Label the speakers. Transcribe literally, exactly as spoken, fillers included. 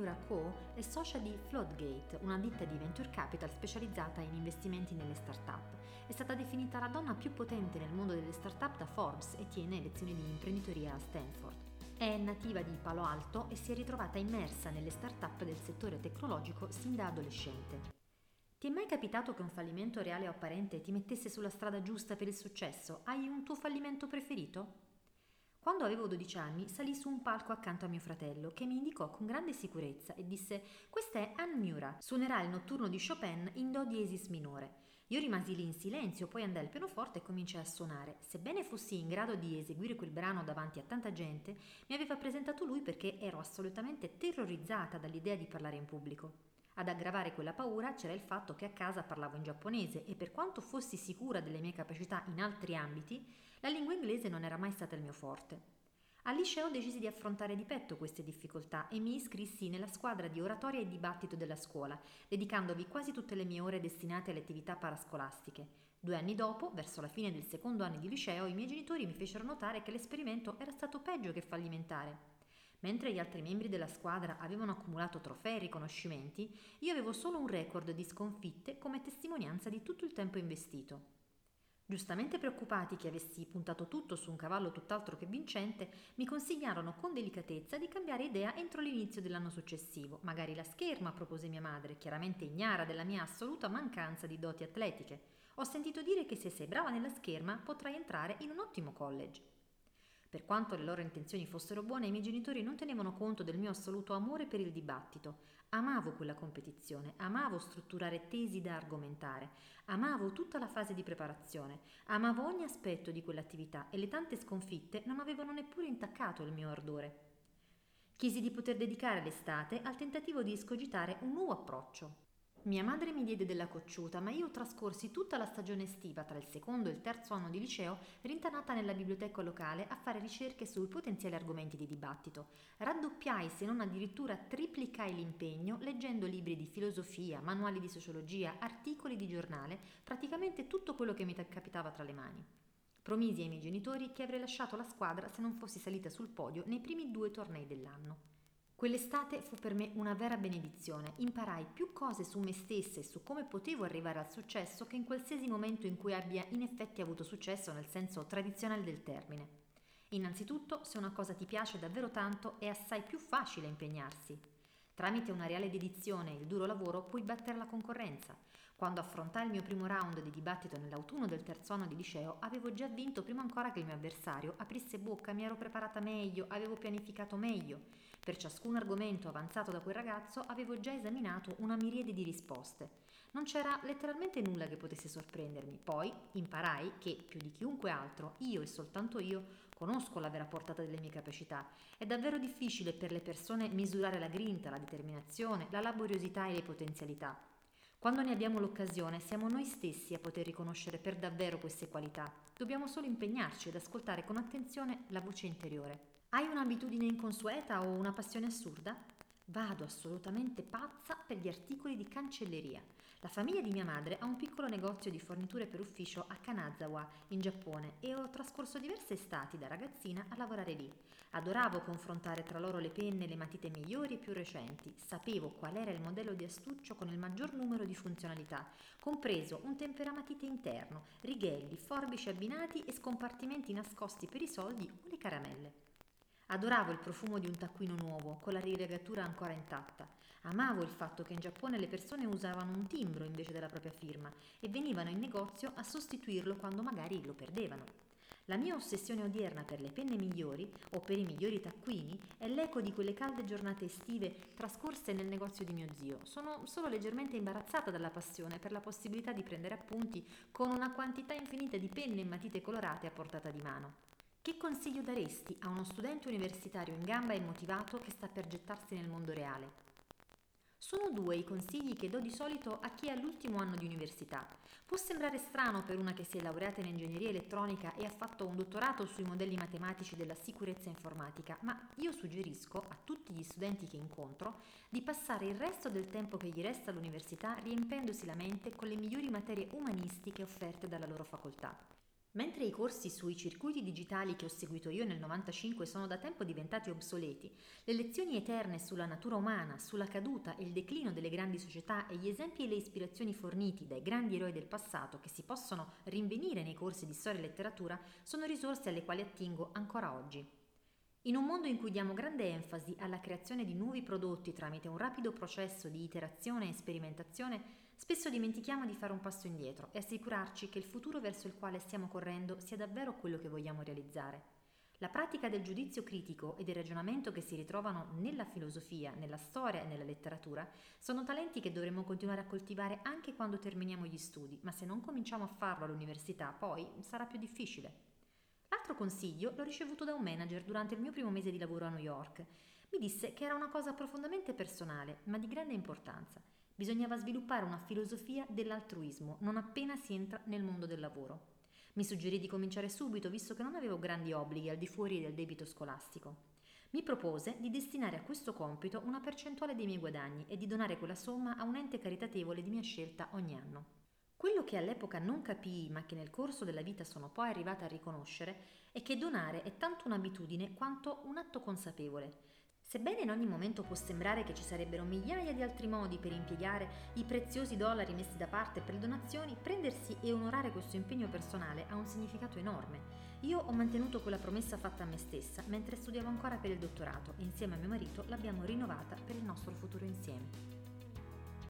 Speaker 1: Miura Co. è socia di Floodgate, una ditta di venture capital specializzata in investimenti nelle start-up. È stata definita la donna più potente nel mondo delle start-up da Forbes e tiene lezioni di imprenditoria a Stanford. È nativa di Palo Alto e si è ritrovata immersa nelle start-up del settore tecnologico sin da adolescente. Ti è mai capitato che un fallimento reale o apparente ti mettesse sulla strada giusta per il successo? Hai un tuo fallimento preferito? Quando avevo dodici anni salì su un palco accanto a mio fratello che mi indicò con grande sicurezza e disse: «Questa è Ann Miura, suonerà il notturno di Chopin in do diesis minore». Io rimasi lì in silenzio, poi andai al pianoforte e cominciai a suonare. Sebbene fossi in grado di eseguire quel brano davanti a tanta gente, mi aveva presentato lui perché ero assolutamente terrorizzata dall'idea di parlare in pubblico. Ad aggravare quella paura c'era il fatto che a casa parlavo in giapponese e per quanto fossi sicura delle mie capacità in altri ambiti, la lingua inglese non era mai stata il mio forte. Al liceo decisi di affrontare di petto queste difficoltà e mi iscrissi nella squadra di oratoria e dibattito della scuola, dedicandovi quasi tutte le mie ore destinate alle attività parascolastiche. Due anni dopo, verso la fine del secondo anno di liceo, i miei genitori mi fecero notare che l'esperimento era stato peggio che fallimentare. Mentre gli altri membri della squadra avevano accumulato trofei e riconoscimenti, io avevo solo un record di sconfitte come testimonianza di tutto il tempo investito. Giustamente preoccupati che avessi puntato tutto su un cavallo tutt'altro che vincente, mi consigliarono con delicatezza di cambiare idea entro l'inizio dell'anno successivo. Magari la scherma, propose mia madre, chiaramente ignara della mia assoluta mancanza di doti atletiche. Ho sentito dire che se sei brava nella scherma potrai entrare in un ottimo college. Per quanto le loro intenzioni fossero buone, i miei genitori non tenevano conto del mio assoluto amore per il dibattito. Amavo quella competizione, amavo strutturare tesi da argomentare, amavo tutta la fase di preparazione, amavo ogni aspetto di quell'attività e le tante sconfitte non avevano neppure intaccato il mio ardore. Chiesi di poter dedicare l'estate al tentativo di escogitare un nuovo approccio. Mia madre mi diede della cocciuta, ma io trascorsi tutta la stagione estiva tra il secondo e il terzo anno di liceo rintanata nella biblioteca locale a fare ricerche sui potenziali argomenti di dibattito. Raddoppiai, se non addirittura triplicai l'impegno, leggendo libri di filosofia, manuali di sociologia, articoli di giornale, praticamente tutto quello che mi capitava tra le mani. Promisi ai miei genitori che avrei lasciato la squadra se non fossi salita sul podio nei primi due tornei dell'anno. Quell'estate fu per me una vera benedizione. Imparai più cose su me stessa e su come potevo arrivare al successo che in qualsiasi momento in cui abbia in effetti avuto successo nel senso tradizionale del termine. Innanzitutto, se una cosa ti piace davvero tanto, è assai più facile impegnarsi. Tramite una reale dedizione e il duro lavoro puoi battere la concorrenza. Quando affrontai il mio primo round di dibattito nell'autunno del terzo anno di liceo, avevo già vinto prima ancora che il mio avversario aprisse bocca, mi ero preparata meglio, avevo pianificato meglio. Per ciascun argomento avanzato da quel ragazzo avevo già esaminato una miriade di risposte. Non c'era letteralmente nulla che potesse sorprendermi. Poi imparai che, più di chiunque altro, io e soltanto io, conosco la vera portata delle mie capacità. È davvero difficile per le persone misurare la grinta, la determinazione, la laboriosità e le potenzialità. Quando ne abbiamo l'occasione, siamo noi stessi a poter riconoscere per davvero queste qualità. Dobbiamo solo impegnarci ed ascoltare con attenzione la voce interiore. Hai un'abitudine inconsueta o una passione assurda? Vado assolutamente pazza per gli articoli di cancelleria. La famiglia di mia madre ha un piccolo negozio di forniture per ufficio a Kanazawa, in Giappone, e ho trascorso diverse estati da ragazzina a lavorare lì. Adoravo confrontare tra loro le penne e le matite migliori e più recenti. Sapevo qual era il modello di astuccio con il maggior numero di funzionalità, compreso un temperamatite interno, righelli, forbici abbinati e scompartimenti nascosti per i soldi o le caramelle. Adoravo il profumo di un taccuino nuovo, con la rilegatura ancora intatta. Amavo il fatto che in Giappone le persone usavano un timbro invece della propria firma e venivano in negozio a sostituirlo quando magari lo perdevano. La mia ossessione odierna per le penne migliori o per i migliori taccuini è l'eco di quelle calde giornate estive trascorse nel negozio di mio zio. Sono solo leggermente imbarazzata dalla passione per la possibilità di prendere appunti con una quantità infinita di penne e matite colorate a portata di mano. Che consiglio daresti a uno studente universitario in gamba e motivato che sta per gettarsi nel mondo reale? Sono due i consigli che do di solito a chi è all'ultimo anno di università. Può sembrare strano per una che si è laureata in ingegneria elettronica e ha fatto un dottorato sui modelli matematici della sicurezza informatica, ma io suggerisco a tutti gli studenti che incontro di passare il resto del tempo che gli resta all'università riempendosi la mente con le migliori materie umanistiche offerte dalla loro facoltà. Mentre i corsi sui circuiti digitali che ho seguito io nel novantacinque sono da tempo diventati obsoleti, le lezioni eterne sulla natura umana, sulla caduta e il declino delle grandi società e gli esempi e le ispirazioni forniti dai grandi eroi del passato che si possono rinvenire nei corsi di storia e letteratura sono risorse alle quali attingo ancora oggi. In un mondo in cui diamo grande enfasi alla creazione di nuovi prodotti tramite un rapido processo di iterazione e sperimentazione, spesso dimentichiamo di fare un passo indietro e assicurarci che il futuro verso il quale stiamo correndo sia davvero quello che vogliamo realizzare. La pratica del giudizio critico e del ragionamento che si ritrovano nella filosofia, nella storia e nella letteratura sono talenti che dovremmo continuare a coltivare anche quando terminiamo gli studi, ma se non cominciamo a farlo all'università poi sarà più difficile. L'altro consiglio l'ho ricevuto da un manager durante il mio primo mese di lavoro a New York. Mi disse che era una cosa profondamente personale, ma di grande importanza. Bisognava sviluppare una filosofia dell'altruismo non appena si entra nel mondo del lavoro. Mi suggerì di cominciare subito, visto che non avevo grandi obblighi al di fuori del debito scolastico. Mi propose di destinare a questo compito una percentuale dei miei guadagni e di donare quella somma a un ente caritatevole di mia scelta ogni anno. Quello che all'epoca non capii, ma che nel corso della vita sono poi arrivata a riconoscere, è che donare è tanto un'abitudine quanto un atto consapevole. Sebbene in ogni momento può sembrare che ci sarebbero migliaia di altri modi per impiegare i preziosi dollari messi da parte per le donazioni, prendersi e onorare questo impegno personale ha un significato enorme. Io ho mantenuto quella promessa fatta a me stessa mentre studiavo ancora per il dottorato e insieme a mio marito l'abbiamo rinnovata per il nostro futuro insieme.